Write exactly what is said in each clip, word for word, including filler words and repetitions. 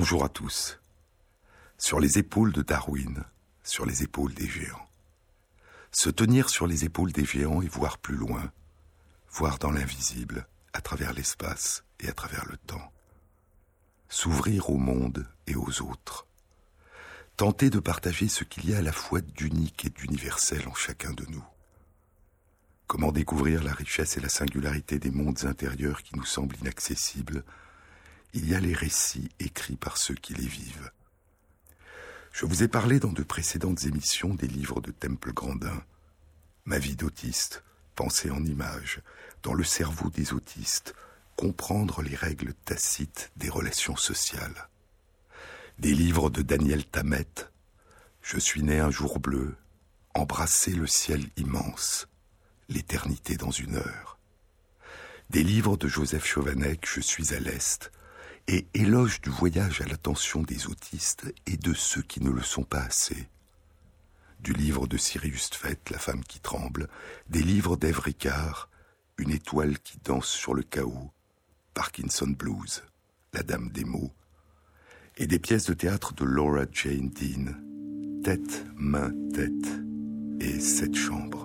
Bonjour à tous. Sur les épaules de Darwin, sur les épaules des géants. Se tenir sur les épaules des géants et voir plus loin, voir dans l'invisible, à travers l'espace et à travers le temps. S'ouvrir au monde et aux autres. Tenter de partager ce qu'il y a à la fois d'unique et d'universel en chacun de nous. Comment découvrir la richesse et la singularité des mondes intérieurs qui nous semblent inaccessibles? Il y a les récits écrits par ceux qui les vivent. Je vous ai parlé dans de précédentes émissions des livres de Temple Grandin. Ma vie d'autiste, penser en images, dans le cerveau des autistes, comprendre les règles tacites des relations sociales. Des livres de Daniel Tammet, Je suis né un jour bleu, Embrasser le ciel immense, L'éternité dans une heure. Des livres de Joseph Chovanec, Je suis à l'Est, et éloge du voyage à l'attention des autistes et de ceux qui ne le sont pas assez. Du livre de Sirius Tfet, La femme qui tremble, des livres d'Ève Ricard, Une étoile qui danse sur le chaos, Parkinson Blues, La dame des mots, et des pièces de théâtre de Laura Jane Dean, Tête, main, tête, et Sept chambres.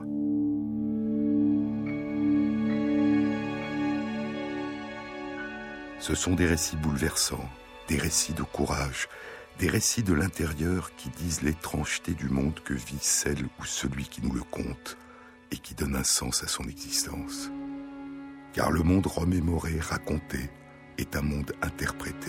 Ce sont des récits bouleversants, des récits de courage, des récits de l'intérieur qui disent l'étrangeté du monde que vit celle ou celui qui nous le conte et qui donne un sens à son existence. Car le monde remémoré, raconté, est un monde interprété.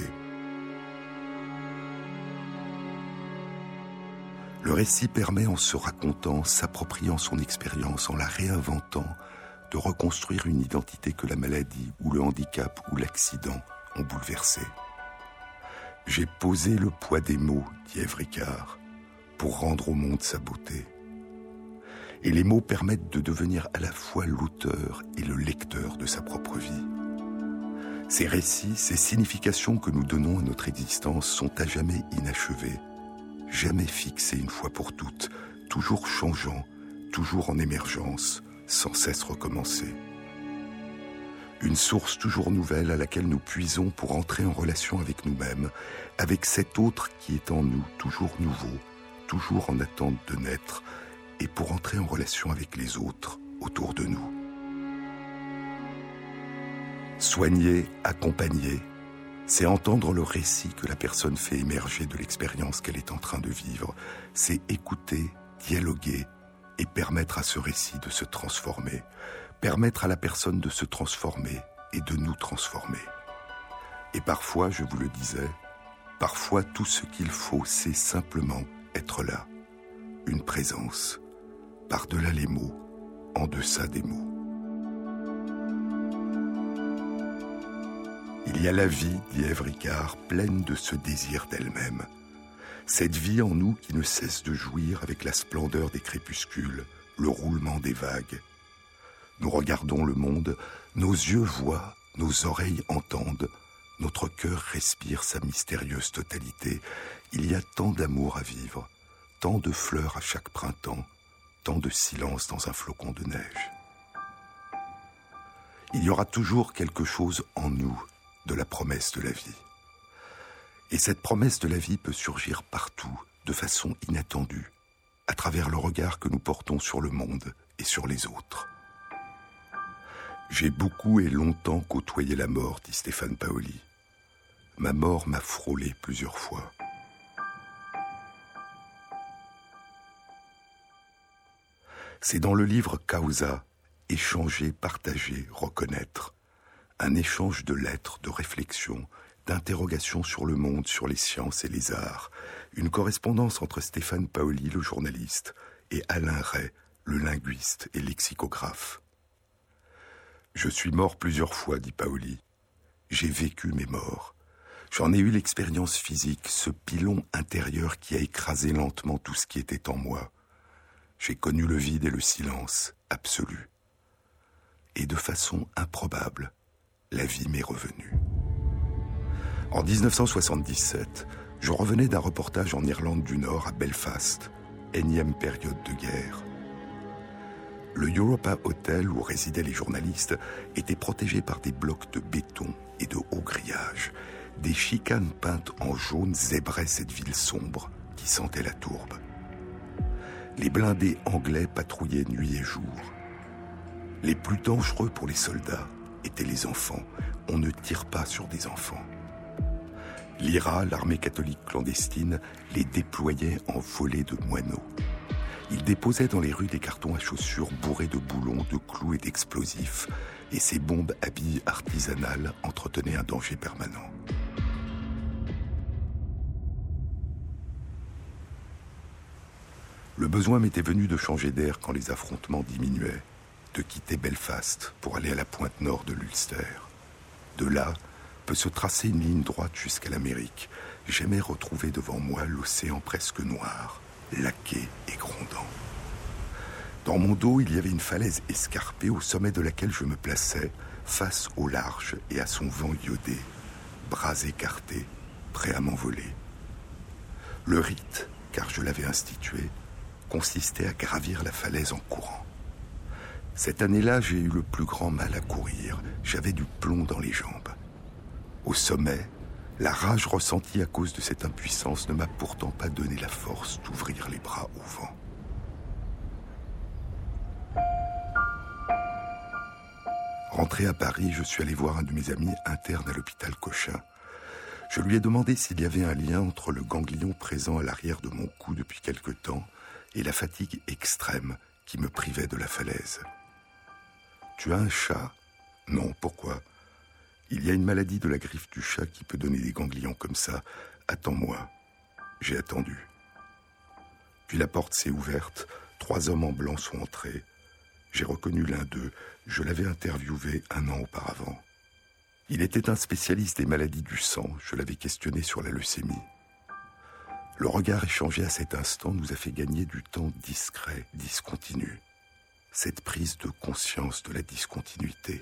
Le récit permet, en se racontant, s'appropriant son expérience, en la réinventant, de reconstruire une identité que la maladie ou le handicap ou l'accident ont bouleversée. J'ai posé le poids des mots, dit Ève Ricard, pour rendre au monde sa beauté. Et les mots permettent de devenir à la fois l'auteur et le lecteur de sa propre vie. Ces récits, ces significations que nous donnons à notre existence sont à jamais inachevées, jamais fixées une fois pour toutes, toujours changeants, toujours en émergence, sans cesse recommencer. Une source toujours nouvelle à laquelle nous puisons pour entrer en relation avec nous-mêmes, avec cet autre qui est en nous, toujours nouveau, toujours en attente de naître, et pour entrer en relation avec les autres autour de nous. Soigner, accompagner, c'est entendre le récit que la personne fait émerger de l'expérience qu'elle est en train de vivre, c'est écouter, dialoguer, et permettre à ce récit de se transformer, permettre à la personne de se transformer et de nous transformer. Et parfois, je vous le disais, parfois tout ce qu'il faut, c'est simplement être là, une présence, par-delà les mots, en deçà des mots. Il y a la vie, dit Ève Ricard, pleine de ce désir d'elle-même. Cette vie en nous qui ne cesse de jouir avec la splendeur des crépuscules, le roulement des vagues. Nous regardons le monde, nos yeux voient, nos oreilles entendent, notre cœur respire sa mystérieuse totalité. Il y a tant d'amour à vivre, tant de fleurs à chaque printemps, tant de silence dans un flocon de neige. Il y aura toujours quelque chose en nous de la promesse de la vie. Et cette promesse de la vie peut surgir partout, de façon inattendue, à travers le regard que nous portons sur le monde et sur les autres. J'ai beaucoup et longtemps côtoyé la mort, dit Stéphane Paoli. Ma mort m'a frôlé plusieurs fois. C'est dans le livre Causa, échanger, partager, reconnaître, un échange de lettres, de réflexions, d'interrogations sur le monde, sur les sciences et les arts, une correspondance entre Stéphane Paoli, le journaliste, et Alain Ray, le linguiste et lexicographe. Je suis mort plusieurs fois, dit Paoli. J'ai vécu mes morts. J'en ai eu l'expérience physique, ce pilon intérieur qui a écrasé lentement tout ce qui était en moi. J'ai connu le vide et le silence absolu. Et de façon improbable, la vie m'est revenue. En dix-neuf cent soixante-dix-sept, je revenais d'un reportage en Irlande du Nord, à Belfast, énième période de guerre. Le Europa Hotel où résidaient les journalistes était protégé par des blocs de béton et de hauts grillages, Des chicanes peintes en jaune zébraient cette ville sombre qui sentait la tourbe. Les blindés anglais patrouillaient nuit et jour. Les plus dangereux pour les soldats étaient les enfants. On ne tire pas sur des enfants. L'I R A, l'armée catholique clandestine, les déployait en volées de moineaux. Ils déposaient dans les rues des cartons à chaussures bourrés de boulons, de clous et d'explosifs, et ces bombes à billes artisanales entretenaient un danger permanent. Le besoin m'était venu de changer d'air quand les affrontements diminuaient, de quitter Belfast pour aller à la pointe nord de l'Ulster. De là peut se tracer une ligne droite jusqu'à l'Amérique. J'aimais retrouver devant moi l'océan presque noir, laqué et grondant. Dans mon dos, il y avait une falaise escarpée au sommet de laquelle je me plaçais, face au large et à son vent iodé, bras écartés, prêt à m'envoler. Le rite, car je l'avais institué, consistait à gravir la falaise en courant. Cette année-là, j'ai eu le plus grand mal à courir. J'avais du plomb dans les jambes. Au sommet, la rage ressentie à cause de cette impuissance ne m'a pourtant pas donné la force d'ouvrir les bras au vent. Rentré à Paris, je suis allé voir un de mes amis interne à l'hôpital Cochin. Je lui ai demandé s'il y avait un lien entre le ganglion présent à l'arrière de mon cou depuis quelque temps et la fatigue extrême qui me privait de la falaise. « Tu as un chat ?»« Non, pourquoi ? » ?»« Il y a une maladie de la griffe du chat qui peut donner des ganglions comme ça. Attends-moi. » J'ai attendu. Puis la porte s'est ouverte, trois hommes en blanc sont entrés. J'ai reconnu l'un d'eux, je l'avais interviewé un an auparavant. Il était un spécialiste des maladies du sang, je l'avais questionné sur la leucémie. Le regard échangé à cet instant nous a fait gagner du temps discret, discontinu. Cette prise de conscience de la discontinuité.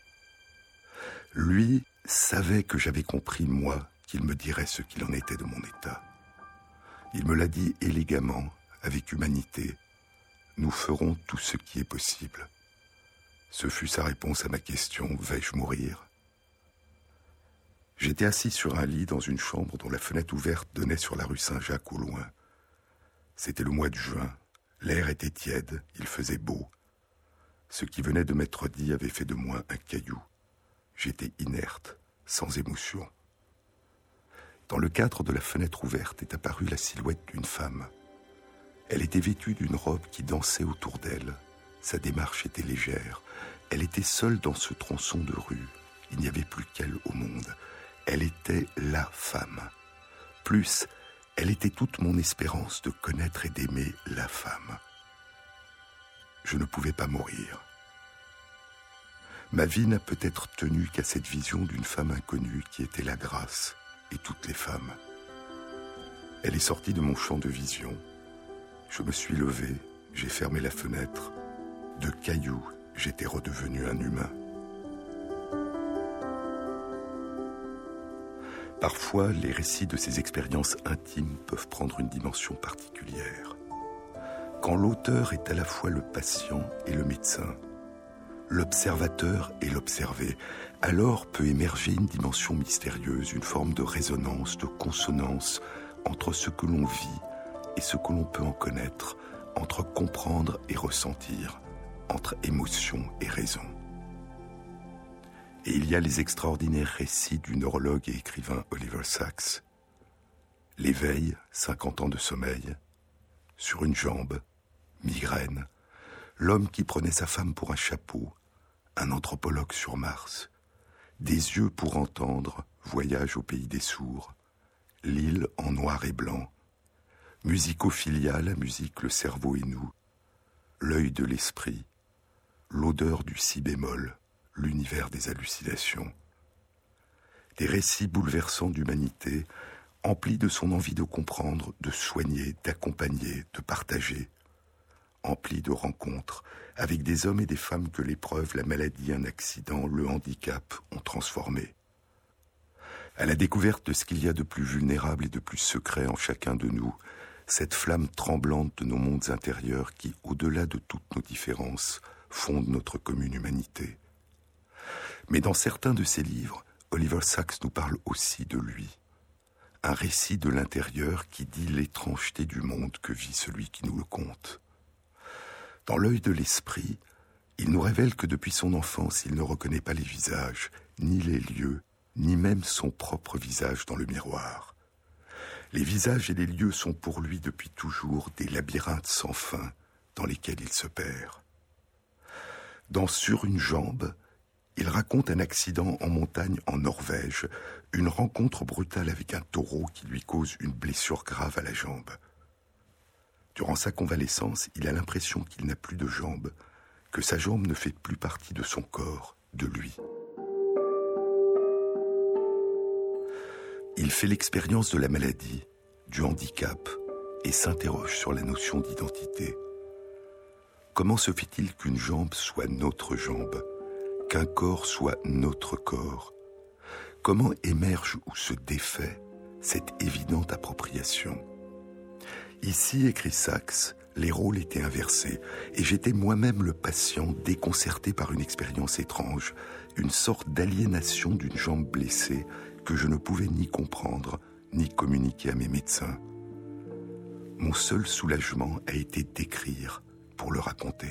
Lui savait que j'avais compris, moi, qu'il me dirait ce qu'il en était de mon état. Il me l'a dit élégamment, avec humanité. Nous ferons tout ce qui est possible. Ce fut sa réponse à ma question, vais-je mourir ? J'étais assis sur un lit dans une chambre dont la fenêtre ouverte donnait sur la rue Saint-Jacques au loin. C'était le mois de juin, l'air était tiède, il faisait beau. Ce qui venait de m'être dit avait fait de moi un caillou. J'étais inerte, sans émotion. Dans le cadre de la fenêtre ouverte est apparue la silhouette d'une femme. Elle était vêtue d'une robe qui dansait autour d'elle. Sa démarche était légère. Elle était seule dans ce tronçon de rue. Il n'y avait plus qu'elle au monde. Elle était la femme. Plus, elle était toute mon espérance de connaître et d'aimer la femme. Je ne pouvais pas mourir. Ma vie n'a peut-être tenu qu'à cette vision d'une femme inconnue qui était la grâce et toutes les femmes. Elle est sortie de mon champ de vision. Je me suis levé, j'ai fermé la fenêtre. De caillou, j'étais redevenu un humain. Parfois, les récits de ces expériences intimes peuvent prendre une dimension particulière. Quand l'auteur est à la fois le patient et le médecin, l'observateur et l'observé, alors peut émerger une dimension mystérieuse, une forme de résonance, de consonance entre ce que l'on vit et ce que l'on peut en connaître, entre comprendre et ressentir, entre émotion et raison. Et il y a les extraordinaires récits du neurologue et écrivain Oliver Sacks. L'éveil, cinquante ans de sommeil, sur une jambe, migraine, l'homme qui prenait sa femme pour un chapeau, un anthropologue sur Mars, des yeux pour entendre, voyage au pays des sourds, l'île en noir et blanc, musicophilia, la musique, le cerveau et nous, l'œil de l'esprit, l'odeur du si bémol, l'univers des hallucinations. Des récits bouleversants d'humanité, emplis de son envie de comprendre, de soigner, d'accompagner, de partager, emplis de rencontres avec des hommes et des femmes que l'épreuve, la maladie, un accident, le handicap ont transformés. À la découverte de ce qu'il y a de plus vulnérable et de plus secret en chacun de nous, cette flamme tremblante de nos mondes intérieurs qui, au-delà de toutes nos différences, fondent notre commune humanité. Mais dans certains de ces livres, Oliver Sacks nous parle aussi de lui. Un récit de l'intérieur qui dit l'étrangeté du monde que vit celui qui nous le conte. Dans l'œil de l'esprit, il nous révèle que depuis son enfance, il ne reconnaît pas les visages, ni les lieux, ni même son propre visage dans le miroir. Les visages et les lieux sont pour lui depuis toujours des labyrinthes sans fin dans lesquels il se perd. Dans Sur une jambe, il raconte un accident en montagne en Norvège, une rencontre brutale avec un taureau qui lui cause une blessure grave à la jambe. Durant sa convalescence, il a l'impression qu'il n'a plus de jambe, que sa jambe ne fait plus partie de son corps, de lui. Il fait l'expérience de la maladie, du handicap, et s'interroge sur la notion d'identité. Comment se fait-il qu'une jambe soit notre jambe, qu'un corps soit notre corps? Comment émerge ou se défait cette évidente appropriation? Ici, écrit Sacks, les rôles étaient inversés, et j'étais moi-même le patient déconcerté par une expérience étrange, une sorte d'aliénation d'une jambe blessée que je ne pouvais ni comprendre, ni communiquer à mes médecins. Mon seul soulagement a été d'écrire pour le raconter.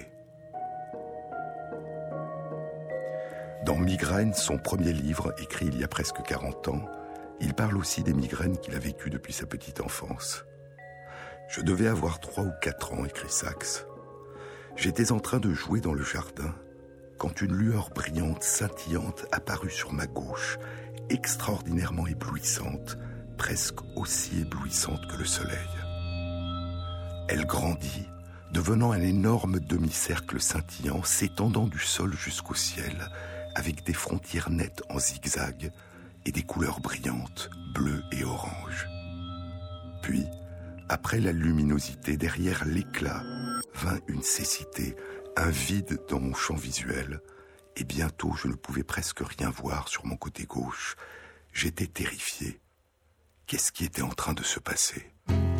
Dans Migraine, son premier livre, écrit il y a presque quarante ans, il parle aussi des migraines qu'il a vécues depuis sa petite enfance. Je devais avoir trois ou quatre ans, écrit Sacks. J'étais en train de jouer dans le jardin quand une lueur brillante, scintillante apparut sur ma gauche, extraordinairement éblouissante, presque aussi éblouissante que le soleil. Elle grandit, devenant un énorme demi-cercle scintillant, s'étendant du sol jusqu'au ciel, avec des frontières nettes en zigzag et des couleurs brillantes, bleues et oranges. Puis, après la luminosité, derrière l'éclat, vint une cécité, un vide dans mon champ visuel, et bientôt je ne pouvais presque rien voir sur mon côté gauche. J'étais terrifié. Qu'est-ce qui était en train de se passer ?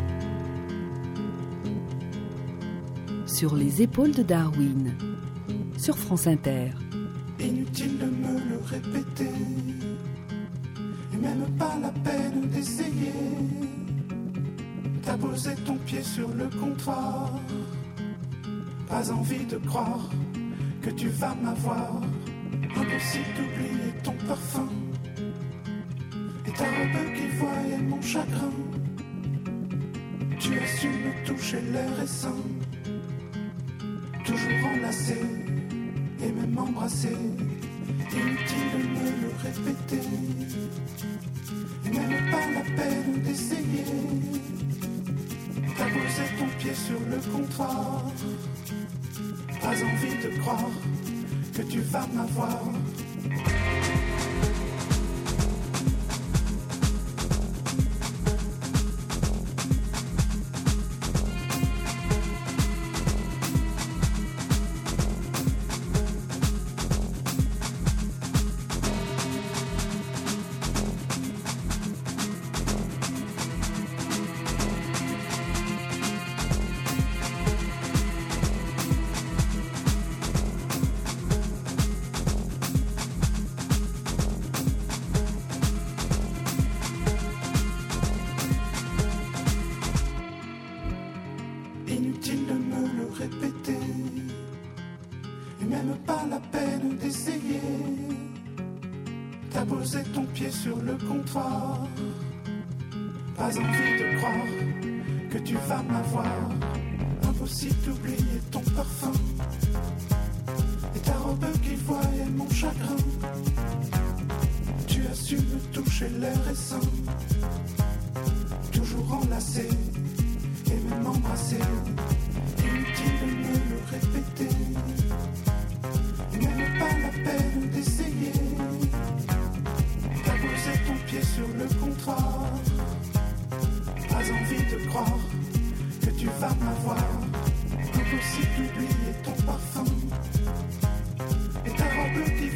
Sur les épaules de Darwin, sur France Inter. Inutile de me le répéter, et même pas la peine d'essayer. T'as posé ton pied sur le comptoir, pas envie de croire que tu vas m'avoir. Impossible d'oublier ton parfum et ta robe qui voyait mon chagrin. Tu as su me toucher l'air et sain, toujours enlacé et même embrassé. Inutile de me le répéter, et même pas la peine d'essayer. T'as posé ton pied sur le comptoir, pas envie de croire que tu vas m'avoir. Inutile de me le répéter, et même pas la peine d'essayer. T'as posé ton pied sur le comptoir, pas envie de croire que tu vas m'avoir. Impossible d'oublier ton parfum et ta robe qui voyait mon chagrin. Tu as su me toucher l'air et sain, toujours enlacé et même embrasser. Inutile de me le répéter, et même pas la peine d'essayer. T'as posé ton pied sur le comptoir, pas envie de croire que tu vas m'avoir. Impossible d'oublier ton parfum et ta robe qui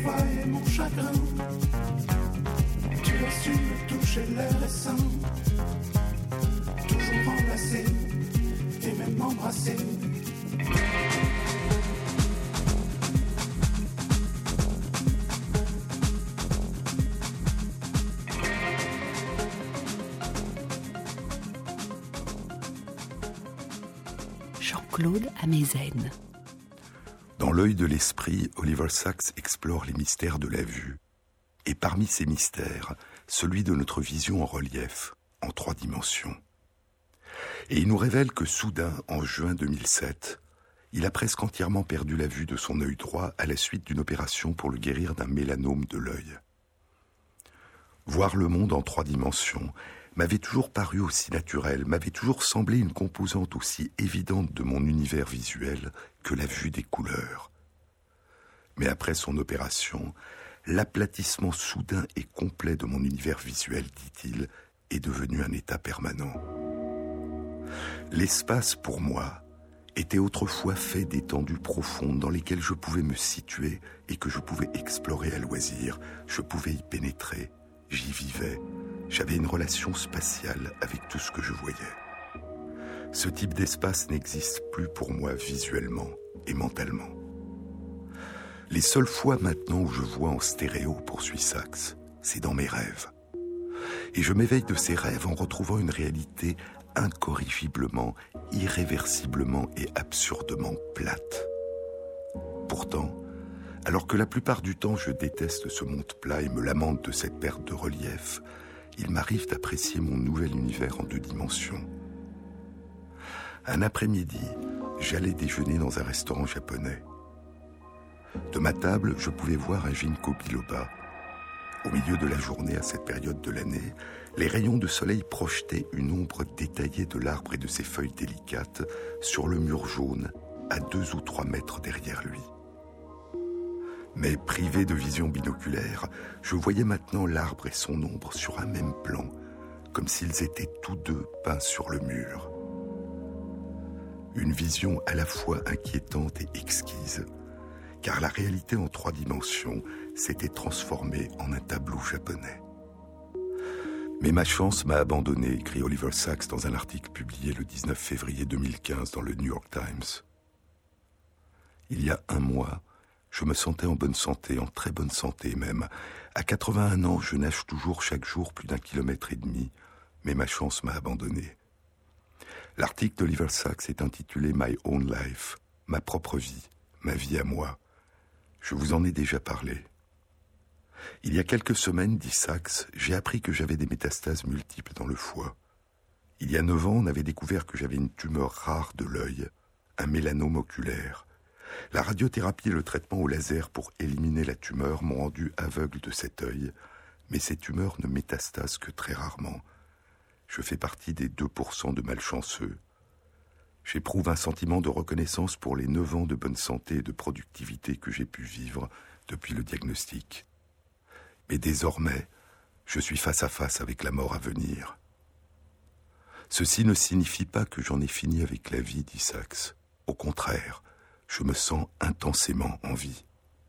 Jean-Claude Amezen. Dans l'œil de l'esprit, Oliver Sacks explore les mystères de la vue. Et parmi ces mystères, celui de notre vision en relief, en trois dimensions. Et il nous révèle que soudain, en juin deux mille sept, il a presque entièrement perdu la vue de son œil droit à la suite d'une opération pour le guérir d'un mélanome de l'œil. Voir le monde en trois dimensions m'avait toujours paru aussi naturel, m'avait toujours semblé une composante aussi évidente de mon univers visuel que la vue des couleurs. Mais après son opération, l'aplatissement soudain et complet de mon univers visuel, dit-il, est devenu un état permanent. L'espace, pour moi, était autrefois fait d'étendues profondes dans lesquelles je pouvais me situer et que je pouvais explorer à loisir. Je pouvais y pénétrer, j'y vivais. J'avais une relation spatiale avec tout ce que je voyais. Ce type d'espace n'existe plus pour moi visuellement et mentalement. Les seules fois maintenant où je vois en stéréo, poursuit Sacks, c'est dans mes rêves. Et je m'éveille de ces rêves en retrouvant une réalité incorrigiblement, irréversiblement et absurdement plate. Pourtant, alors que la plupart du temps je déteste ce monde plat et me lamente de cette perte de relief, il m'arrive d'apprécier mon nouvel univers en deux dimensions. Un après-midi, j'allais déjeuner dans un restaurant japonais. De ma table, je pouvais voir un ginkgo biloba. Au milieu de la journée, à cette période de l'année, les rayons de soleil projetaient une ombre détaillée de l'arbre et de ses feuilles délicates sur le mur jaune, à deux ou trois mètres derrière lui. Mais privé de vision binoculaire, je voyais maintenant l'arbre et son ombre sur un même plan, comme s'ils étaient tous deux peints sur le mur. Une vision à la fois inquiétante et exquise, car la réalité en trois dimensions s'était transformée en un tableau japonais. Mais ma chance m'a abandonné, écrit Oliver Sacks dans un article publié le dix-neuf février deux mille quinze dans le New York Times. Il y a un mois, je me sentais en bonne santé, en très bonne santé même. À quatre-vingt-un ans, je nage toujours chaque jour plus d'un kilomètre et demi, mais ma chance m'a abandonné. L'article d'Oliver Sacks est intitulé « My Own Life », ma propre vie, ma vie à moi. Je vous en ai déjà parlé. Il y a quelques semaines, dit Sacks, j'ai appris que j'avais des métastases multiples dans le foie. Il y a neuf ans, on avait découvert que j'avais une tumeur rare de l'œil, un mélanome oculaire. La radiothérapie et le traitement au laser pour éliminer la tumeur m'ont rendu aveugle de cet œil, mais ces tumeurs ne métastasent que très rarement. Je fais partie des deux pour cent de malchanceux. J'éprouve un sentiment de reconnaissance pour les neuf ans de bonne santé et de productivité que j'ai pu vivre depuis le diagnostic. Mais désormais, je suis face à face avec la mort à venir. Ceci ne signifie pas que j'en ai fini avec la vie, dit Sacks. Au contraire, je me sens intensément en vie.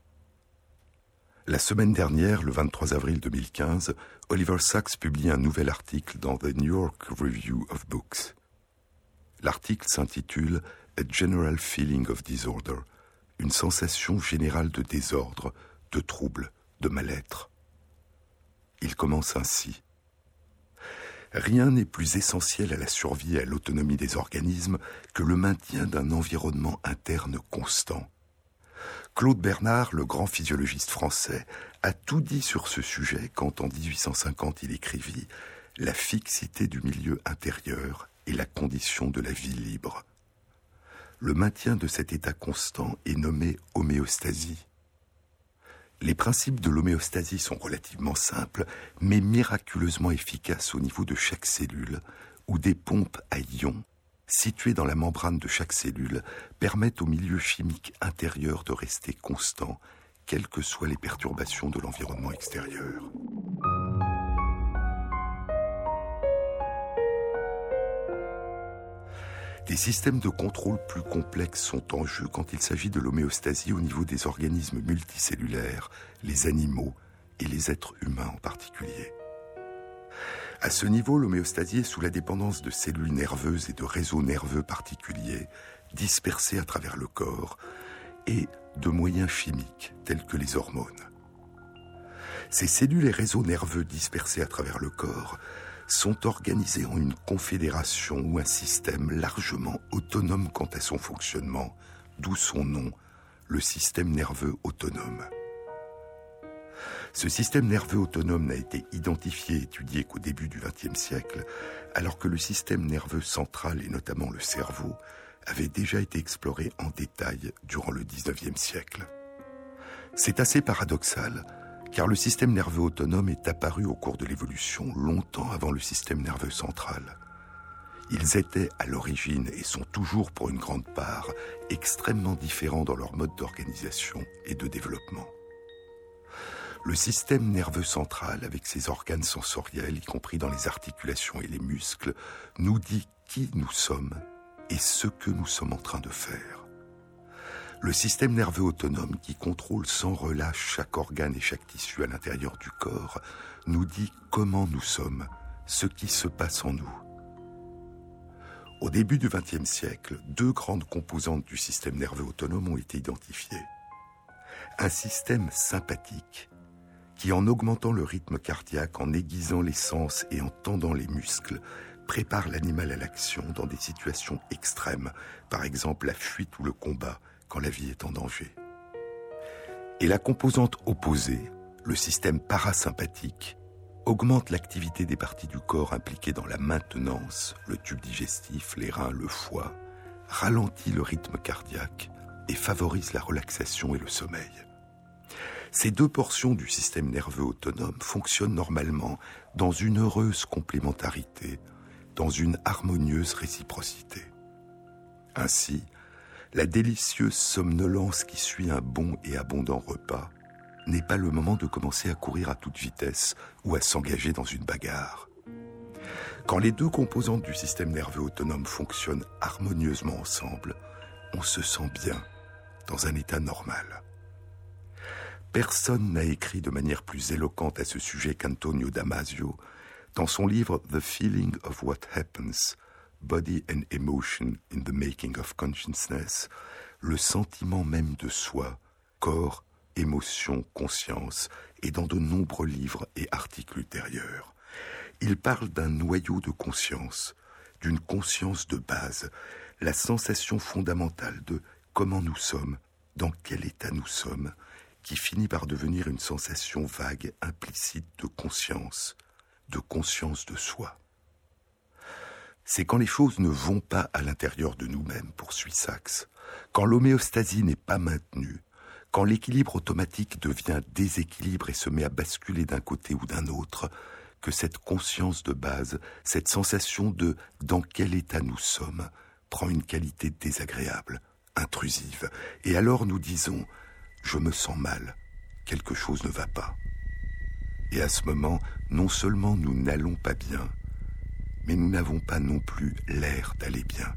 La semaine dernière, le vingt-trois avril deux mille quinze, Oliver Sacks publie un nouvel article dans The New York Review of Books. L'article s'intitule « A General Feeling of Disorder », une sensation générale de désordre, de trouble, de mal-être. Il commence ainsi. « Rien n'est plus essentiel à la survie et à l'autonomie des organismes que le maintien d'un environnement interne constant. Claude Bernard, le grand physiologiste français, a tout dit sur ce sujet quand, en dix-huit cent cinquante, il écrivit « La fixité du milieu intérieur est la condition de la vie libre. » Le maintien de cet état constant est nommé homéostasie. Les principes de l'homéostasie sont relativement simples, mais miraculeusement efficaces au niveau de chaque cellule, où des pompes à ions, situées dans la membrane de chaque cellule, permettent au milieu chimique intérieur de rester constant, quelles que soient les perturbations de l'environnement extérieur. Des systèmes de contrôle plus complexes sont en jeu quand il s'agit de l'homéostasie au niveau des organismes multicellulaires, les animaux et les êtres humains en particulier. À ce niveau, l'homéostasie est sous la dépendance de cellules nerveuses et de réseaux nerveux particuliers, dispersés à travers le corps, et de moyens chimiques tels que les hormones. Ces cellules et réseaux nerveux dispersés à travers le corps sont organisés en une confédération ou un système largement autonome quant à son fonctionnement, d'où son nom, le système nerveux autonome. Ce système nerveux autonome n'a été identifié et étudié qu'au début du vingtième siècle, alors que le système nerveux central, et notamment le cerveau, avait déjà été exploré en détail durant le dix-neuvième siècle. C'est assez paradoxal, car le système nerveux autonome est apparu au cours de l'évolution longtemps avant le système nerveux central. Ils étaient à l'origine, et sont toujours pour une grande part, extrêmement différents dans leur mode d'organisation et de développement. Le système nerveux central, avec ses organes sensoriels, y compris dans les articulations et les muscles, nous dit qui nous sommes et ce que nous sommes en train de faire. Le système nerveux autonome, qui contrôle sans relâche chaque organe et chaque tissu à l'intérieur du corps, nous dit comment nous sommes, ce qui se passe en nous. Au début du vingtième siècle, deux grandes composantes du système nerveux autonome ont été identifiées. Un système sympathique, qui, en augmentant le rythme cardiaque, en aiguisant les sens et en tendant les muscles, prépare l'animal à l'action dans des situations extrêmes, par exemple la fuite ou le combat, quand la vie est en danger. Et la composante opposée, le système parasympathique, augmente l'activité des parties du corps impliquées dans la maintenance, le tube digestif, les reins, le foie, ralentit le rythme cardiaque et favorise la relaxation et le sommeil. Ces deux portions du système nerveux autonome fonctionnent normalement dans une heureuse complémentarité, dans une harmonieuse réciprocité. Ainsi, la délicieuse somnolence qui suit un bon et abondant repas n'est pas le moment de commencer à courir à toute vitesse ou à s'engager dans une bagarre. Quand les deux composantes du système nerveux autonome fonctionnent harmonieusement ensemble, on se sent bien, dans un état normal. Personne n'a écrit de manière plus éloquente à ce sujet qu'Antonio Damasio dans son livre « The Feeling of What Happens, Body and Emotion in the Making of Consciousness », le sentiment même de soi, corps, émotion, conscience, et dans de nombreux livres et articles ultérieurs. Il parle d'un noyau de conscience, d'une conscience de base, la sensation fondamentale de comment nous sommes, dans quel état nous sommes, qui finit par devenir une sensation vague, implicite de conscience, de conscience de soi. C'est quand les choses ne vont pas à l'intérieur de nous-mêmes, poursuit Sachs, quand l'homéostasie n'est pas maintenue, quand l'équilibre automatique devient déséquilibre et se met à basculer d'un côté ou d'un autre, que cette conscience de base, cette sensation de « dans quel état nous sommes » prend une qualité désagréable, intrusive. Et alors nous disons « je me sens mal, quelque chose ne va pas ». Et à ce moment, non seulement nous n'allons pas bien, mais nous n'avons pas non plus l'air d'aller bien.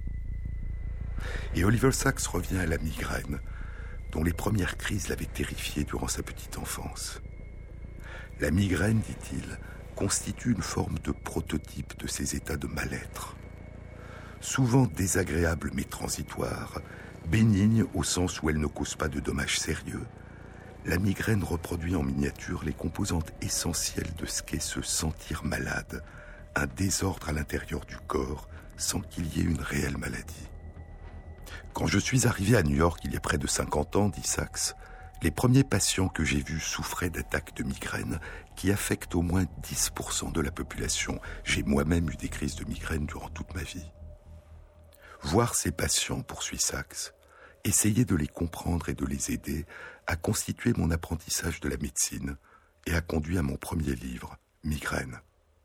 Et Oliver Sacks revient à la migraine, dont les premières crises l'avaient terrifié durant sa petite enfance. La migraine, dit-il, constitue une forme de prototype de ces états de mal-être. Souvent désagréable mais transitoire, bénigne au sens où elle ne cause pas de dommages sérieux, la migraine reproduit en miniature les composantes essentielles de ce qu'est se sentir malade, un désordre à l'intérieur du corps sans qu'il y ait une réelle maladie. Quand je suis arrivé à New York il y a près de cinquante ans, dit Sachs, les premiers patients que j'ai vus souffraient d'attaques de migraine qui affectent au moins dix pour cent de la population. J'ai moi-même eu des crises de migraine durant toute ma vie. Voir ces patients, poursuit Sachs, essayer de les comprendre et de les aider a constitué mon apprentissage de la médecine et a conduit à mon premier livre, Migraine.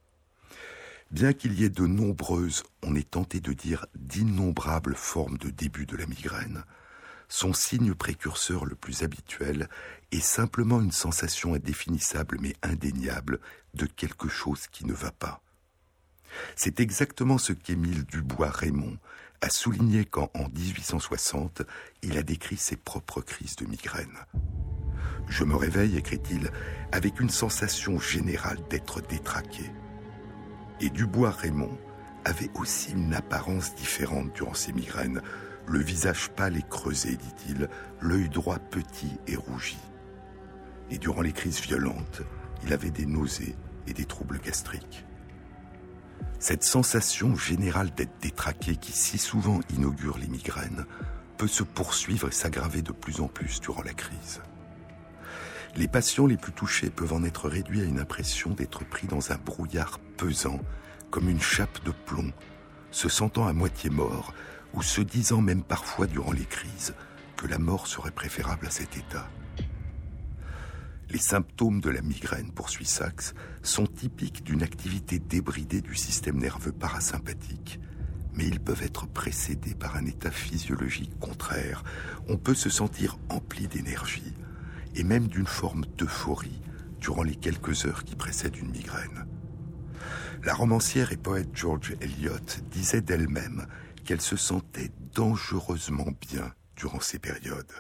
Bien qu'il y ait de nombreuses, on est tenté de dire d'innombrables formes de début de la migraine, son signe précurseur le plus habituel est simplement une sensation indéfinissable mais indéniable de quelque chose qui ne va pas. C'est exactement ce qu'Émile Dubois-Raymond a souligné quand, en dix-huit cent soixante, il a décrit ses propres crises de migraine. « Je me réveille, écrit-il, avec une sensation générale d'être détraqué. » Et Dubois-Raymond avait aussi une apparence différente durant ses migraines, le visage pâle et creusé, dit-il, l'œil droit petit et rougi. Et durant les crises violentes, il avait des nausées et des troubles gastriques. Cette sensation générale d'être détraqué qui si souvent inaugure les migraines peut se poursuivre et s'aggraver de plus en plus durant la crise. Les patients les plus touchés peuvent en être réduits à une impression d'être pris dans un brouillard pesant, comme une chape de plomb, se sentant à moitié mort ou se disant même parfois durant les crises que la mort serait préférable à cet état. Les symptômes de la migraine, poursuit Sachs, sont typiques d'une activité débridée du système nerveux parasympathique, mais ils peuvent être précédés par un état physiologique contraire. On peut se sentir empli d'énergie et même d'une forme d'euphorie durant les quelques heures qui précèdent une migraine. La romancière et poète George Eliot disait d'elle-même qu'elle se sentait dangereusement bien durant ces périodes.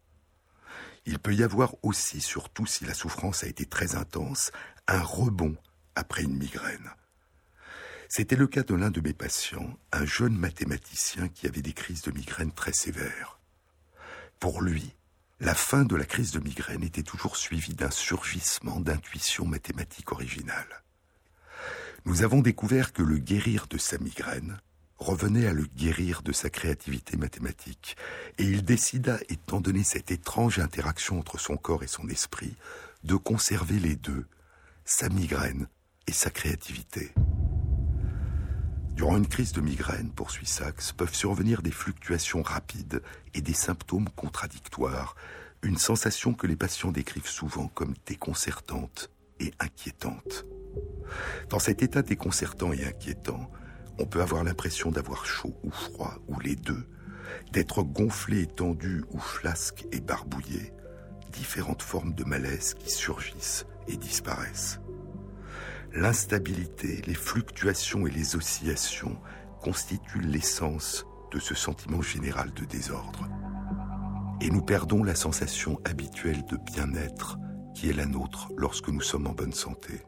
Il peut y avoir aussi, surtout si la souffrance a été très intense, un rebond après une migraine. C'était le cas de l'un de mes patients, un jeune mathématicien qui avait des crises de migraine très sévères. Pour lui, la fin de la crise de migraine était toujours suivie d'un surgissement d'intuition mathématique originale. Nous avons découvert que le guérir de sa migraine revenait à le guérir de sa créativité mathématique, et il décida, étant donné cette étrange interaction entre son corps et son esprit, de conserver les deux, sa migraine et sa créativité. Durant une crise de migraine, poursuit Sachs, peuvent survenir des fluctuations rapides et des symptômes contradictoires, une sensation que les patients décrivent souvent comme déconcertante et inquiétante. Dans cet état déconcertant et inquiétant, on peut avoir l'impression d'avoir chaud ou froid, ou les deux, d'être gonflé et tendu ou flasque et barbouillé, différentes formes de malaise qui surgissent et disparaissent. L'instabilité, les fluctuations et les oscillations constituent l'essence de ce sentiment général de désordre. Et nous perdons la sensation habituelle de bien-être qui est la nôtre lorsque nous sommes en bonne santé.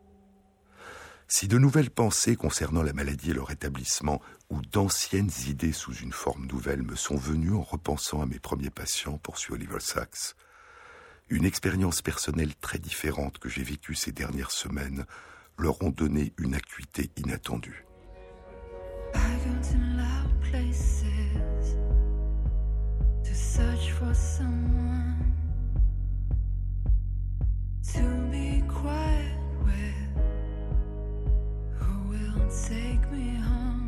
Si de nouvelles pensées concernant la maladie et leur établissement, ou d'anciennes idées sous une forme nouvelle me sont venues en repensant à mes premiers patients, poursuit Oliver Sacks, une expérience personnelle très différente que j'ai vécue ces dernières semaines leur ont donné une acuité inattendue. I go to loud places to search for someone to be quiet with, who will take me home.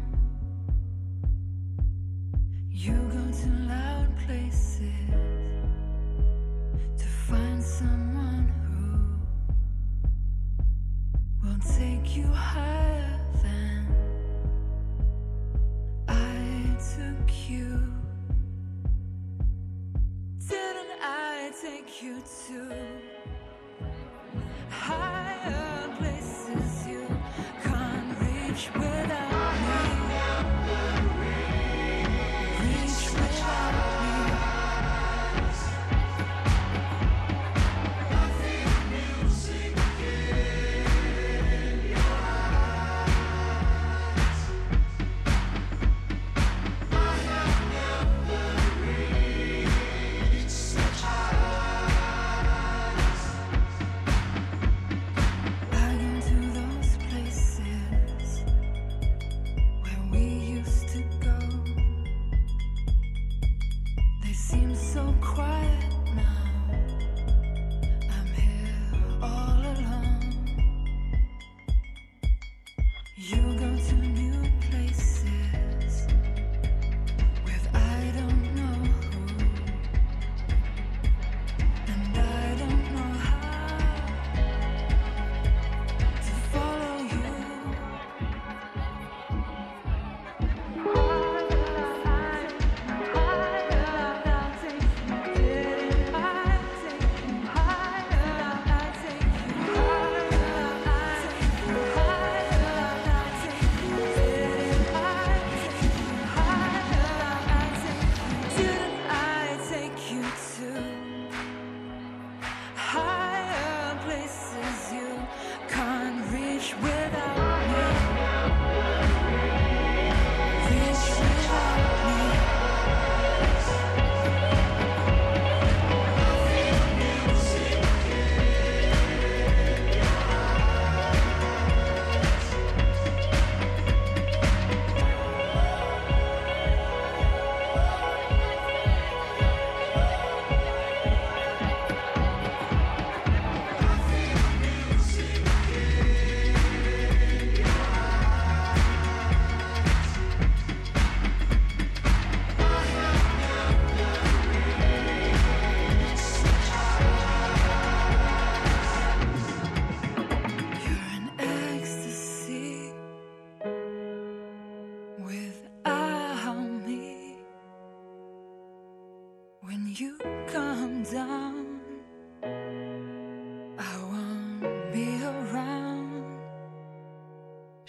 You go to loud places to find someone who will take you higher than I took you. Didn't I take you to higher places you can't reach without me? Reach without me. I feel music in your eyes. I have never reached such high.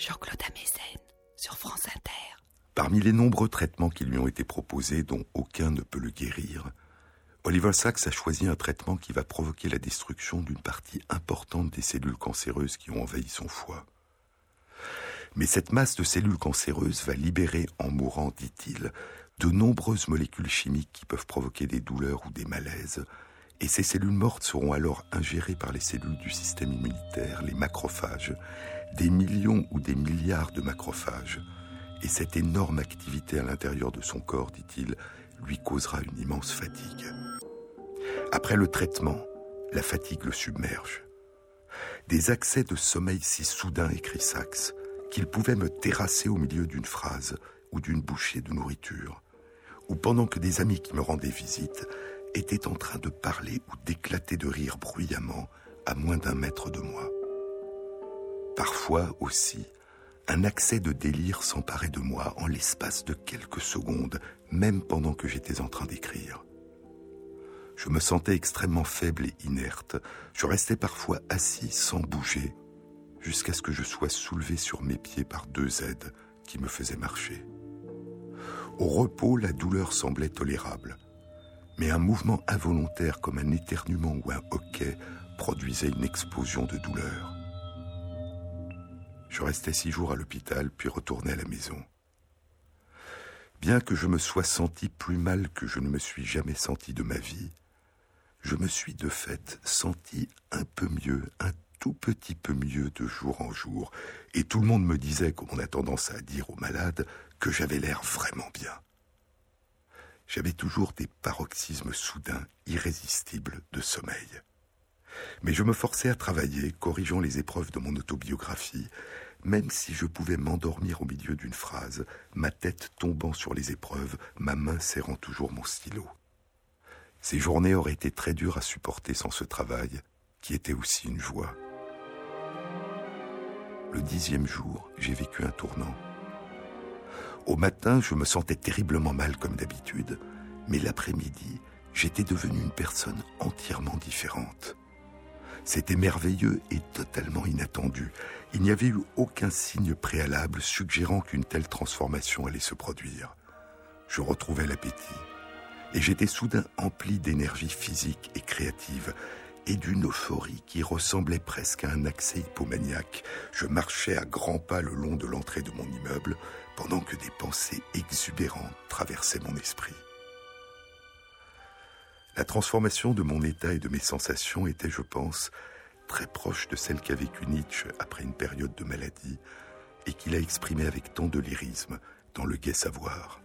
Jean-Claude Amezen, sur France Inter. Parmi les nombreux traitements qui lui ont été proposés, dont aucun ne peut le guérir, Oliver Sacks a choisi un traitement qui va provoquer la destruction d'une partie importante des cellules cancéreuses qui ont envahi son foie. Mais cette masse de cellules cancéreuses va libérer, en mourant, dit-il, de nombreuses molécules chimiques qui peuvent provoquer des douleurs ou des malaises, et ces cellules mortes seront alors ingérées par les cellules du système immunitaire, les macrophages, des millions ou des milliards de macrophages. Et cette énorme activité à l'intérieur de son corps, dit-il, lui causera une immense fatigue. Après le traitement, la fatigue le submerge. Des accès de sommeil si soudains, écrit Sacks, qu'il pouvait me terrasser au milieu d'une phrase ou d'une bouchée de nourriture, ou pendant que des amis qui me rendaient visite étaient en train de parler ou d'éclater de rire bruyamment à moins d'un mètre de moi. Parfois aussi, un accès de délire s'emparait de moi en l'espace de quelques secondes, même pendant que j'étais en train d'écrire. Je me sentais extrêmement faible et inerte. Je restais parfois assis sans bouger, jusqu'à ce que je sois soulevé sur mes pieds par deux aides qui me faisaient marcher. Au repos, la douleur semblait tolérable, mais un mouvement involontaire comme un éternuement ou un hoquet produisait une explosion de douleur. Je restais six jours à l'hôpital, puis retournai à la maison. Bien que je me sois senti plus mal que je ne me suis jamais senti de ma vie, je me suis de fait senti un peu mieux, un tout petit peu mieux de jour en jour, et tout le monde me disait, comme on a tendance à dire aux malades, que j'avais l'air vraiment bien. J'avais toujours des paroxysmes soudains, irrésistibles de sommeil. Mais je me forçais à travailler, corrigeant les épreuves de mon autobiographie, même si je pouvais m'endormir au milieu d'une phrase, ma tête tombant sur les épreuves, ma main serrant toujours mon stylo. Ces journées auraient été très dures à supporter sans ce travail, qui était aussi une joie. Le dixième jour, j'ai vécu un tournant. Au matin, je me sentais terriblement mal comme d'habitude, mais l'après-midi, j'étais devenu une personne entièrement différente. C'était merveilleux et totalement inattendu. Il n'y avait eu aucun signe préalable suggérant qu'une telle transformation allait se produire. Je retrouvais l'appétit, et j'étais soudain empli d'énergie physique et créative, et d'une euphorie qui ressemblait presque à un accès hypomaniaque. Je marchais à grands pas le long de l'entrée de mon immeuble, pendant que des pensées exubérantes traversaient mon esprit. La transformation de mon état et de mes sensations était, je pense, très proche de celle qu'a vécue Nietzsche après une période de maladie et qu'il a exprimée avec tant de lyrisme dans Le Gai Savoir.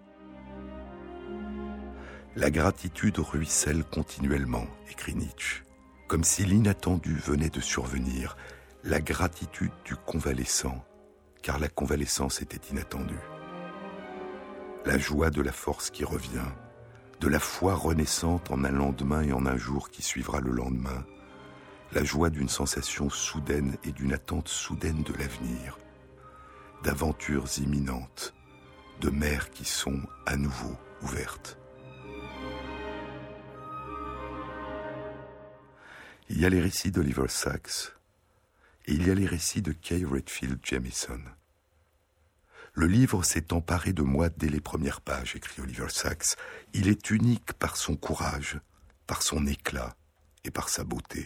La gratitude ruisselle continuellement, écrit Nietzsche, comme si l'inattendu venait de survenir, la gratitude du convalescent, car la convalescence était inattendue. La joie de la force qui revient, de la foi renaissante en un lendemain et en un jour qui suivra le lendemain, la joie d'une sensation soudaine et d'une attente soudaine de l'avenir, d'aventures imminentes, de mers qui sont à nouveau ouvertes. Il y a les récits d'Oliver Sacks et il y a les récits de Kay Redfield Jamison. Le livre s'est emparé de moi dès les premières pages, écrit Oliver Sacks. Il est unique par son courage, par son éclat et par sa beauté.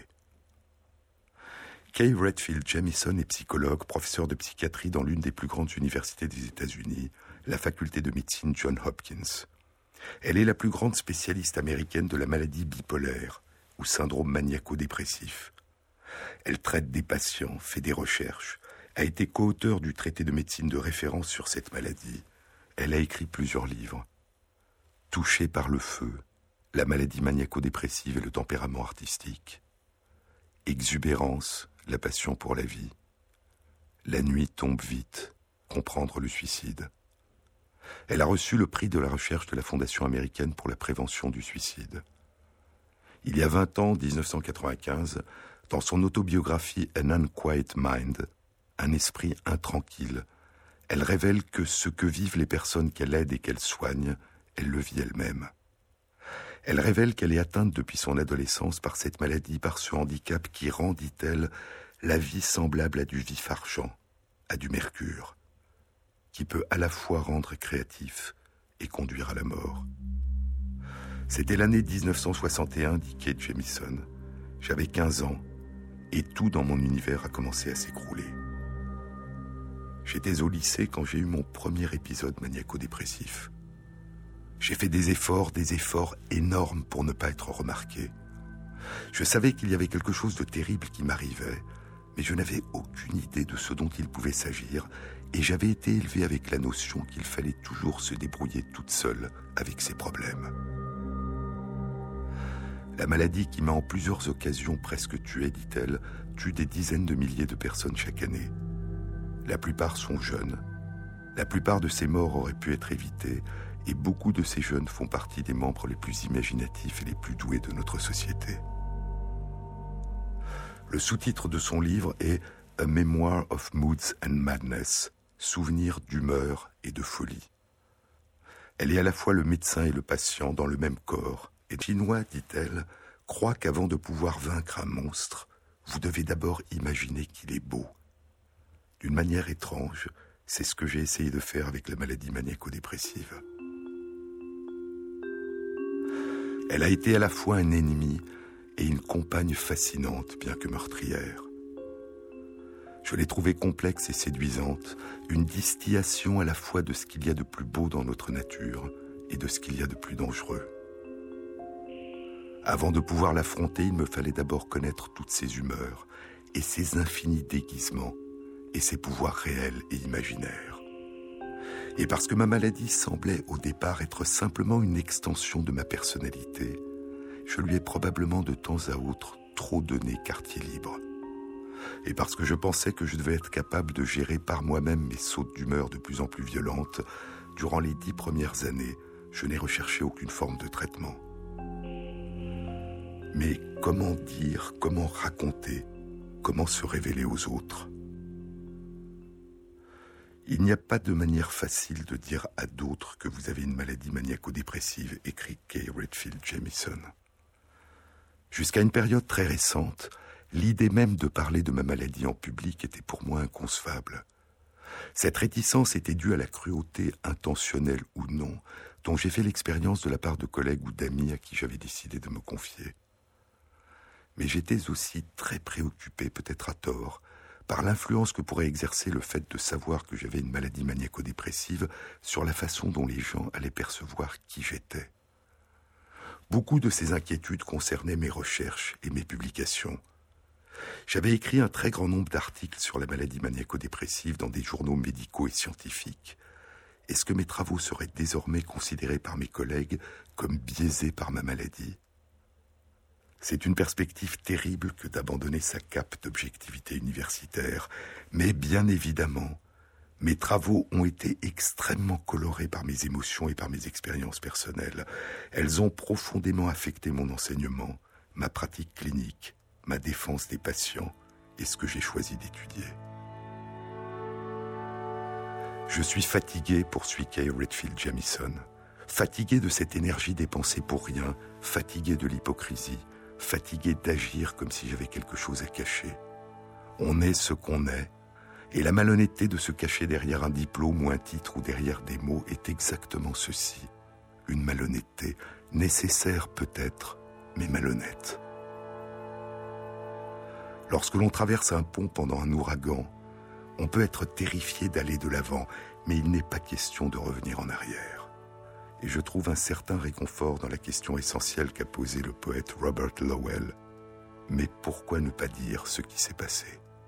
Kay Redfield Jamison est psychologue, professeur de psychiatrie dans l'une des plus grandes universités des États-Unis, la faculté de médecine Johns Hopkins. Elle est la plus grande spécialiste américaine de la maladie bipolaire ou syndrome maniaco-dépressif. Elle traite des patients, fait des recherches, a été co-auteur du traité de médecine de référence sur cette maladie. Elle a écrit plusieurs livres. Touchée par le feu, la maladie maniaco-dépressive et le tempérament artistique. Exubérance, la passion pour la vie. La nuit tombe vite, comprendre le suicide. Elle a reçu le prix de la recherche de la Fondation américaine pour la prévention du suicide. Il y a vingt ans, dix-neuf cent quatre-vingt-quinze, dans son autobiographie An Unquiet Mind, un esprit intranquille, elle révèle que ce que vivent les personnes qu'elle aide et qu'elle soigne, elle le vit elle-même. Elle révèle qu'elle est atteinte depuis son adolescence par cette maladie, par ce handicap qui rend, dit-elle, la vie semblable à du vif argent, à du mercure. qui peut à la fois rendre créatif et conduire à la mort. C'était l'année dix-neuf cent soixante et un, dit Kate Jamison. J'avais quinze ans et tout dans mon univers a commencé à s'écrouler. J'étais au lycée quand j'ai eu mon premier épisode maniaco-dépressif. J'ai fait des efforts, des efforts énormes pour ne pas être remarqué. Je savais qu'il y avait quelque chose de terrible qui m'arrivait, mais je n'avais aucune idée de ce dont il pouvait s'agir, et j'avais été élevé avec la notion qu'il fallait toujours se débrouiller toute seule avec ses problèmes. La maladie qui m'a en plusieurs occasions presque tué, dit-elle, tue des dizaines de milliers de personnes chaque année. La plupart sont jeunes. La plupart de ces morts auraient pu être évitées, et beaucoup de ces jeunes font partie des membres les plus imaginatifs et les plus doués de notre société. Le sous-titre de son livre est « A Memoir of Moods and Madness », souvenir d'humeur et de folie. Elle est à la fois le médecin et le patient dans le même corps, et Chinois, dit-elle, croit qu'avant de pouvoir vaincre un monstre, vous devez d'abord imaginer qu'il est beau. D'une manière étrange, c'est ce que j'ai essayé de faire avec la maladie maniaco-dépressive. Elle a été à la fois un ennemi et une compagne fascinante, bien que meurtrière. Je l'ai trouvée complexe et séduisante, une distillation à la fois de ce qu'il y a de plus beau dans notre nature et de ce qu'il y a de plus dangereux. Avant de pouvoir l'affronter, il me fallait d'abord connaître toutes ses humeurs et ses infinis déguisements et ses pouvoirs réels et imaginaires. Et parce que ma maladie semblait au départ être simplement une extension de ma personnalité, je lui ai probablement de temps à autre trop donné quartier libre. Et parce que je pensais que je devais être capable de gérer par moi-même mes sautes d'humeur de plus en plus violentes, durant les dix premières années, je n'ai recherché aucune forme de traitement. Mais comment dire, comment raconter, comment se révéler aux autres ? Il n'y a pas de manière facile de dire à d'autres que vous avez une maladie maniaco-dépressive, écrit Kay Redfield Jamison. Jusqu'à une période très récente, l'idée même de parler de ma maladie en public était pour moi inconcevable. Cette réticence était due à la cruauté, intentionnelle ou non, dont j'ai fait l'expérience de la part de collègues ou d'amis à qui j'avais décidé de me confier. Mais j'étais aussi très préoccupé, peut-être à tort, par l'influence que pourrait exercer le fait de savoir que j'avais une maladie maniaco-dépressive sur la façon dont les gens allaient percevoir qui j'étais. Beaucoup de ces inquiétudes concernaient mes recherches et mes publications. J'avais écrit un très grand nombre d'articles sur la maladie maniaco-dépressive dans des journaux médicaux et scientifiques. Est-ce que mes travaux seraient désormais considérés par mes collègues comme biaisés par ma maladie ? C'est une perspective terrible que d'abandonner sa cape d'objectivité universitaire, mais bien évidemment, mes travaux ont été extrêmement colorés par mes émotions et par mes expériences personnelles. Elles ont profondément affecté mon enseignement, ma pratique clinique, ma défense des patients et ce que j'ai choisi d'étudier. Je suis fatigué, poursuit Kay Redfield Jamison, fatigué de cette énergie dépensée pour rien, fatigué de l'hypocrisie, fatigué d'agir comme si j'avais quelque chose à cacher. On est ce qu'on est, et la malhonnêteté de se cacher derrière un diplôme ou un titre ou derrière des mots est exactement ceci, une malhonnêteté, nécessaire peut-être, mais malhonnête. Lorsque l'on traverse un pont pendant un ouragan, on peut être terrifié d'aller de l'avant, mais il n'est pas question de revenir en arrière. Et je trouve un certain réconfort dans la question essentielle qu'a posée le poète Robert Lowell. Mais pourquoi ne pas dire ce qui s'est passé ?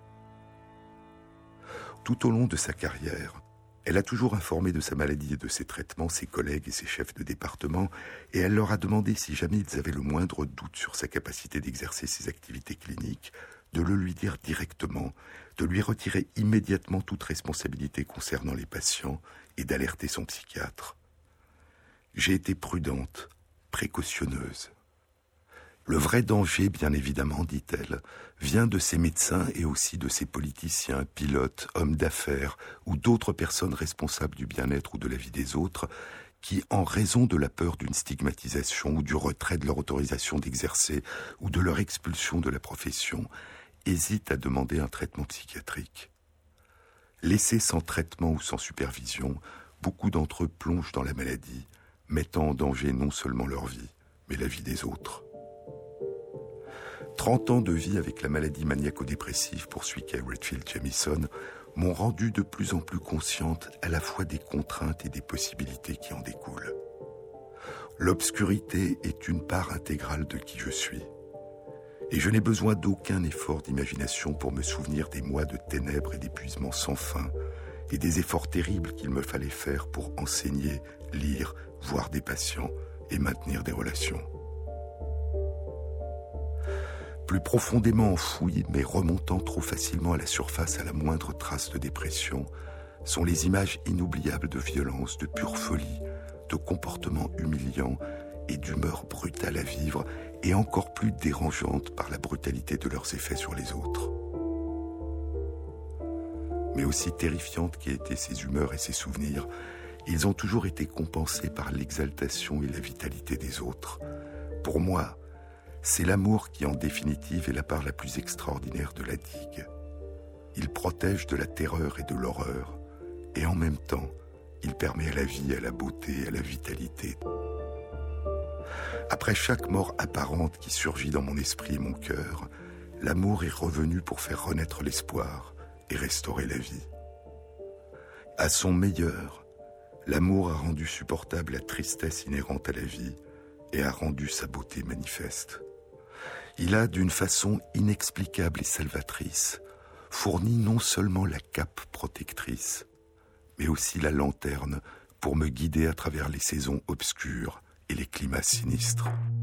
Tout au long de sa carrière, elle a toujours informé de sa maladie et de ses traitements ses collègues et ses chefs de département, et elle leur a demandé si jamais ils avaient le moindre doute sur sa capacité d'exercer ses activités cliniques, de le lui dire directement, de lui retirer immédiatement toute responsabilité concernant les patients et d'alerter son psychiatre. J'ai été prudente, précautionneuse. Le vrai danger, bien évidemment, dit-elle, vient de ces médecins et aussi de ces politiciens, pilotes, hommes d'affaires ou d'autres personnes responsables du bien-être ou de la vie des autres qui, en raison de la peur d'une stigmatisation ou du retrait de leur autorisation d'exercer ou de leur expulsion de la profession, hésitent à demander un traitement psychiatrique. Laissés sans traitement ou sans supervision, beaucoup d'entre eux plongent dans la maladie, mettant en danger non seulement leur vie, mais la vie des autres. Trente ans de vie avec la maladie maniaco-dépressive, poursuit Kay Redfield Jamison, m'ont rendu de plus en plus consciente à la fois des contraintes et des possibilités qui en découlent. L'obscurité est une part intégrale de qui je suis. Et je n'ai besoin d'aucun effort d'imagination pour me souvenir des mois de ténèbres et d'épuisement sans fin, et des efforts terribles qu'il me fallait faire pour enseigner, lire, voir des patients et maintenir des relations. Plus profondément enfoui, mais remontant trop facilement à la surface à la moindre trace de dépression, sont les images inoubliables de violence, de pure folie, de comportements humiliants et d'humeur brutale à vivre, et encore plus dérangeantes par la brutalité de leurs effets sur les autres. Mais aussi terrifiantes qu'aient été ces humeurs et ces souvenirs, ils ont toujours été compensés par l'exaltation et la vitalité des autres. Pour moi, c'est l'amour qui, en définitive, est la part la plus extraordinaire de la digue. Il protège de la terreur et de l'horreur, et en même temps, il permet à la vie, à la beauté, à la vitalité. Après chaque mort apparente qui surgit dans mon esprit et mon cœur, l'amour est revenu pour faire renaître l'espoir et restaurer la vie. À son meilleur, l'amour a rendu supportable la tristesse inhérente à la vie et a rendu sa beauté manifeste. Il a, d'une façon inexplicable et salvatrice, fourni non seulement la cape protectrice, mais aussi la lanterne pour me guider à travers les saisons obscures et les climats sinistres.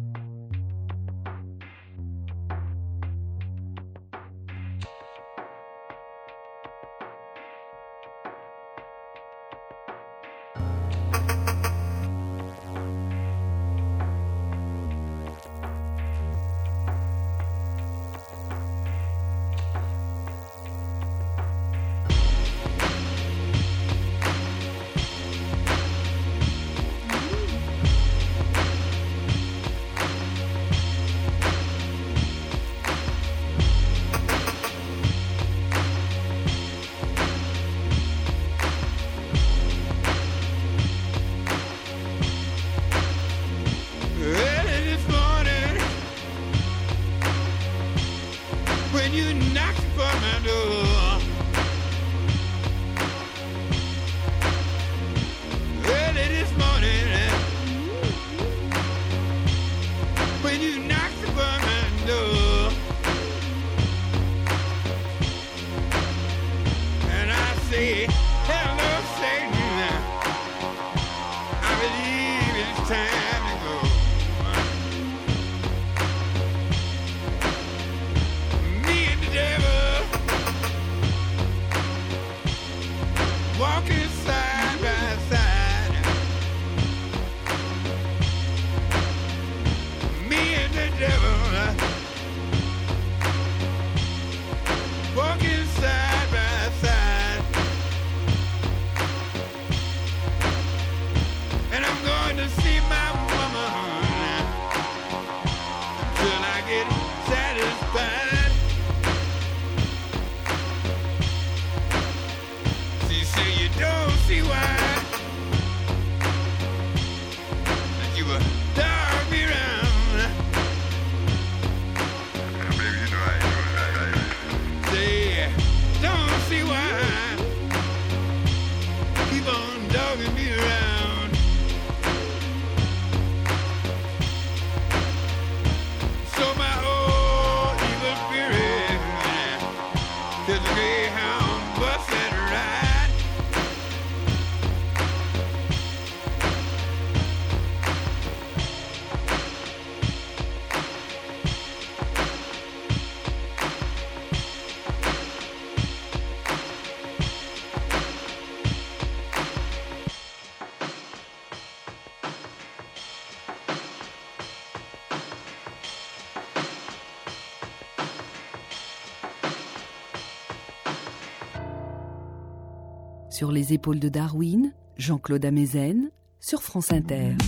Sur les épaules de Darwin, Jean-Claude Amezen, sur France Inter.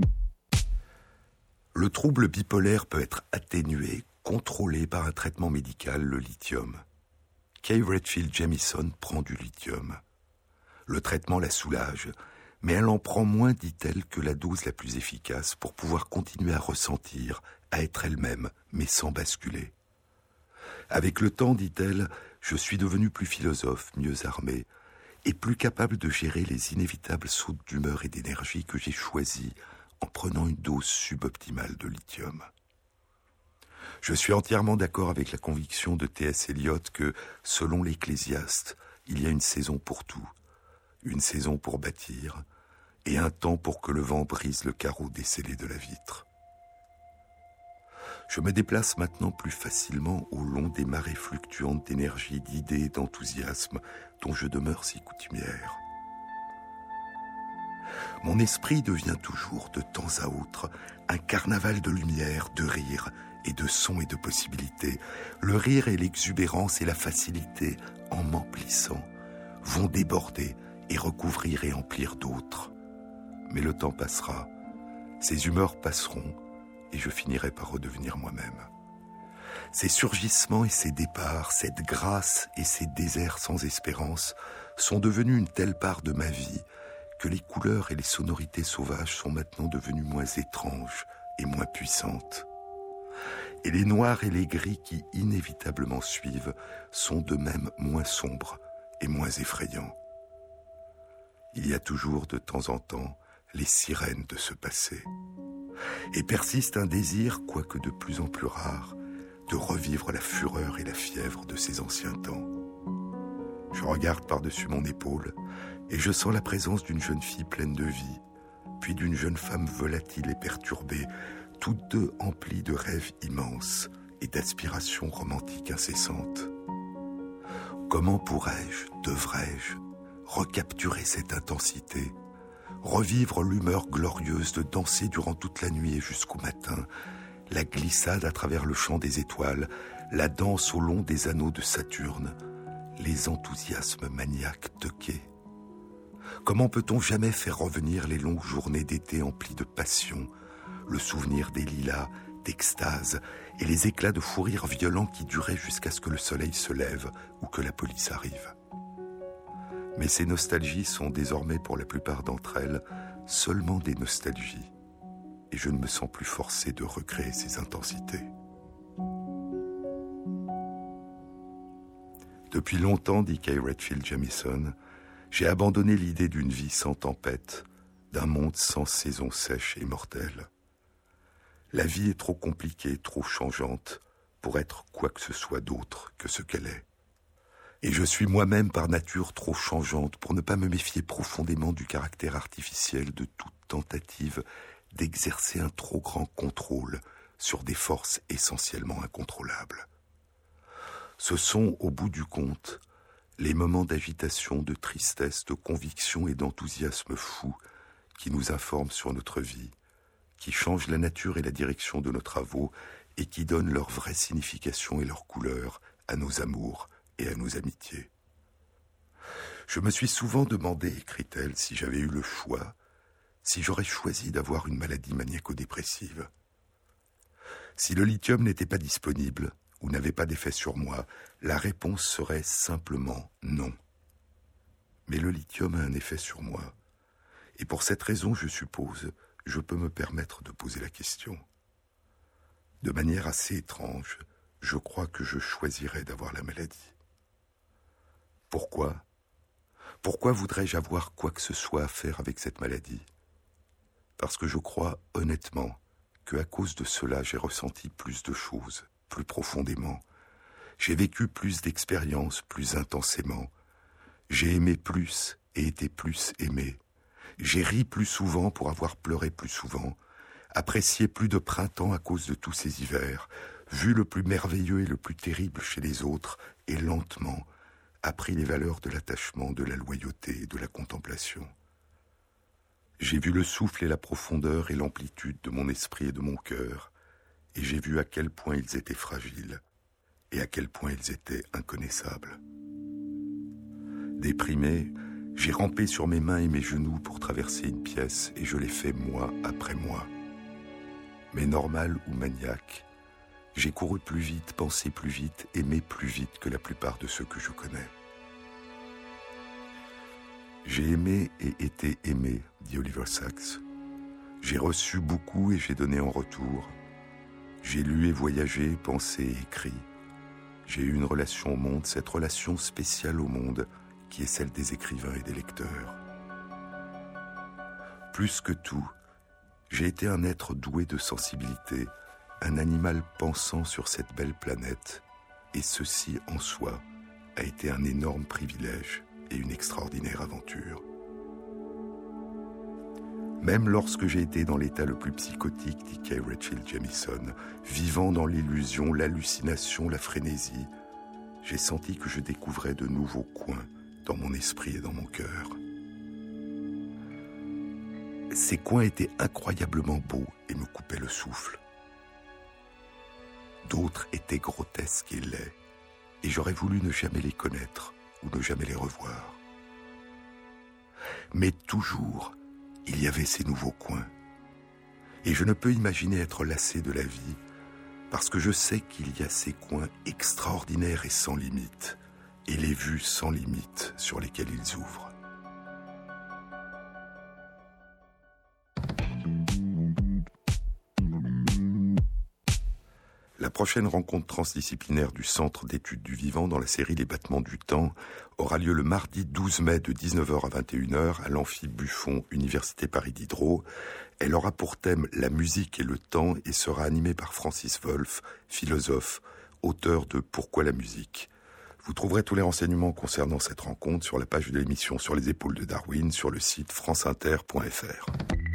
Le trouble bipolaire peut être atténué, contrôlé par un traitement médical, le lithium. Kay Redfield Jamison prend du lithium. Le traitement la soulage, mais elle en prend moins, dit-elle, que la dose la plus efficace pour pouvoir continuer à ressentir, à être elle-même, mais sans basculer. Avec le temps, dit-elle, je suis devenu plus philosophe, mieux armé, et plus capable de gérer les inévitables sautes d'humeur et d'énergie que j'ai choisis en prenant une dose suboptimale de lithium. Je suis entièrement d'accord avec la conviction de T S Eliot que, selon l'Ecclésiaste, il y a une saison pour tout, une saison pour bâtir, et un temps pour que le vent brise le carreau descellé de la vitre. Je me déplace maintenant plus facilement au long des marées fluctuantes d'énergie, d'idées et d'enthousiasme dont je demeure si coutumière. Mon esprit devient toujours, de temps à autre, un carnaval de lumière, de rire et de sons et de possibilités. Le rire et l'exubérance et la facilité, en m'emplissant, vont déborder et recouvrir et emplir d'autres. Mais le temps passera, ces humeurs passeront, et je finirai par redevenir moi-même. Ces surgissements et ces départs, cette grâce et ces déserts sans espérance sont devenus une telle part de ma vie que les couleurs et les sonorités sauvages sont maintenant devenues moins étranges et moins puissantes. Et les noirs et les gris qui inévitablement suivent sont de même moins sombres et moins effrayants. Il y a toujours de temps en temps les sirènes de ce passé. Et persiste un désir, quoique de plus en plus rare, de revivre la fureur et la fièvre de ces anciens temps. Je regarde par-dessus mon épaule et je sens la présence d'une jeune fille pleine de vie, puis d'une jeune femme volatile et perturbée, toutes deux emplies de rêves immenses et d'aspirations romantiques incessantes. Comment pourrais-je, devrais-je, recapturer cette intensité, revivre l'humeur glorieuse de danser durant toute la nuit et jusqu'au matin, la glissade à travers le champ des étoiles, la danse au long des anneaux de Saturne, les enthousiasmes maniaques de quai. Comment peut-on jamais faire revenir les longues journées d'été emplies de passion, le souvenir des lilas, d'extase et les éclats de fou rire violents qui duraient jusqu'à ce que le soleil se lève ou que la police arrive. Mais ces nostalgies sont désormais pour la plupart d'entre elles seulement des nostalgies, et je ne me sens plus forcé de recréer ces intensités. Depuis longtemps, dit Kay Redfield Jamison, j'ai abandonné l'idée d'une vie sans tempête, d'un monde sans saison sèche et mortelle. La vie est trop compliquée, trop changeante, pour être quoi que ce soit d'autre que ce qu'elle est. Et je suis moi-même par nature trop changeante pour ne pas me méfier profondément du caractère artificiel de toute tentative d'exercer un trop grand contrôle sur des forces essentiellement incontrôlables. Ce sont, au bout du compte, les moments d'agitation, de tristesse, de conviction et d'enthousiasme fou qui nous informent sur notre vie, qui changent la nature et la direction de nos travaux et qui donnent leur vraie signification et leur couleur à nos amours et à nos amitiés. Je me suis souvent demandé, écrit-elle, si j'avais eu le choix, si j'aurais choisi d'avoir une maladie maniaco-dépressive. Si le lithium n'était pas disponible ou n'avait pas d'effet sur moi, la réponse serait simplement non. Mais le lithium a un effet sur moi, et pour cette raison, je suppose, je peux me permettre de poser la question. De manière assez étrange, je crois que je choisirais d'avoir la maladie. Pourquoi ? Pourquoi voudrais-je avoir quoi que ce soit à faire avec cette maladie ? Parce que je crois honnêtement que à cause de cela, j'ai ressenti plus de choses, plus profondément. J'ai vécu plus d'expériences, plus intensément. J'ai aimé plus et été plus aimé. J'ai ri plus souvent pour avoir pleuré plus souvent, apprécié plus de printemps à cause de tous ces hivers, vu le plus merveilleux et le plus terrible chez les autres, et lentement appris les valeurs de l'attachement, de la loyauté et de la contemplation. J'ai vu le souffle et la profondeur et l'amplitude de mon esprit et de mon cœur, et j'ai vu à quel point ils étaient fragiles, et à quel point ils étaient inconnaissables. Déprimé, j'ai rampé sur mes mains et mes genoux pour traverser une pièce, et je l'ai fait mois après mois. Mais normal ou maniaque, J'ai couru plus vite, pensé plus vite, aimé plus vite que la plupart de ceux que je connais. J'ai aimé et été aimé, dit Oliver Sacks. J'ai reçu beaucoup et j'ai donné en retour. J'ai lu et voyagé, pensé et écrit. J'ai eu une relation au monde, cette relation spéciale au monde, qui est celle des écrivains et des lecteurs. Plus que tout, j'ai été un être doué de sensibilité, un animal pensant sur cette belle planète, et ceci en soi a été un énorme privilège et une extraordinaire aventure. Même lorsque j'ai été dans l'état le plus psychotique, dit Kay Redfield Jamison, vivant dans l'illusion, l'hallucination, la frénésie, j'ai senti que je découvrais de nouveaux coins dans mon esprit et dans mon cœur. Ces coins étaient incroyablement beaux et me coupaient le souffle. D'autres étaient grotesques et laids, et j'aurais voulu ne jamais les connaître ou ne jamais les revoir. Mais toujours, il y avait ces nouveaux coins. Et je ne peux imaginer être lassé de la vie, parce que je sais qu'il y a ces coins extraordinaires et sans limite, et les vues sans limite sur lesquelles ils ouvrent. La prochaine rencontre transdisciplinaire du Centre d'études du vivant dans la série Les battements du temps aura lieu le mardi douze mai de dix-neuf heures à vingt et une heures à l'Amphi Buffon, Université Paris Diderot. Elle aura pour thème la musique et le temps et sera animée par Francis Wolff, philosophe, auteur de Pourquoi la musique. Vous trouverez tous les renseignements concernant cette rencontre sur la page de l'émission Sur les épaules de Darwin sur le site franceinter point f r.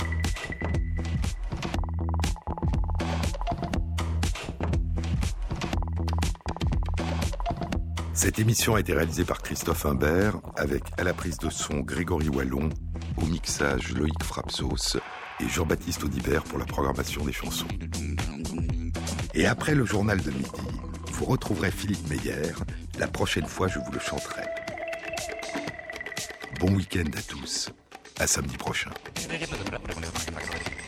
Cette émission a été réalisée par Christophe Imbert, avec à la prise de son Grégory Wallon, au mixage Loïc Frapsos et Jean-Baptiste Audibert pour la programmation des chansons. Et après le journal de midi, vous retrouverez Philippe Meyer. La prochaine fois, je vous le chanterai. Bon week-end à tous. À samedi prochain.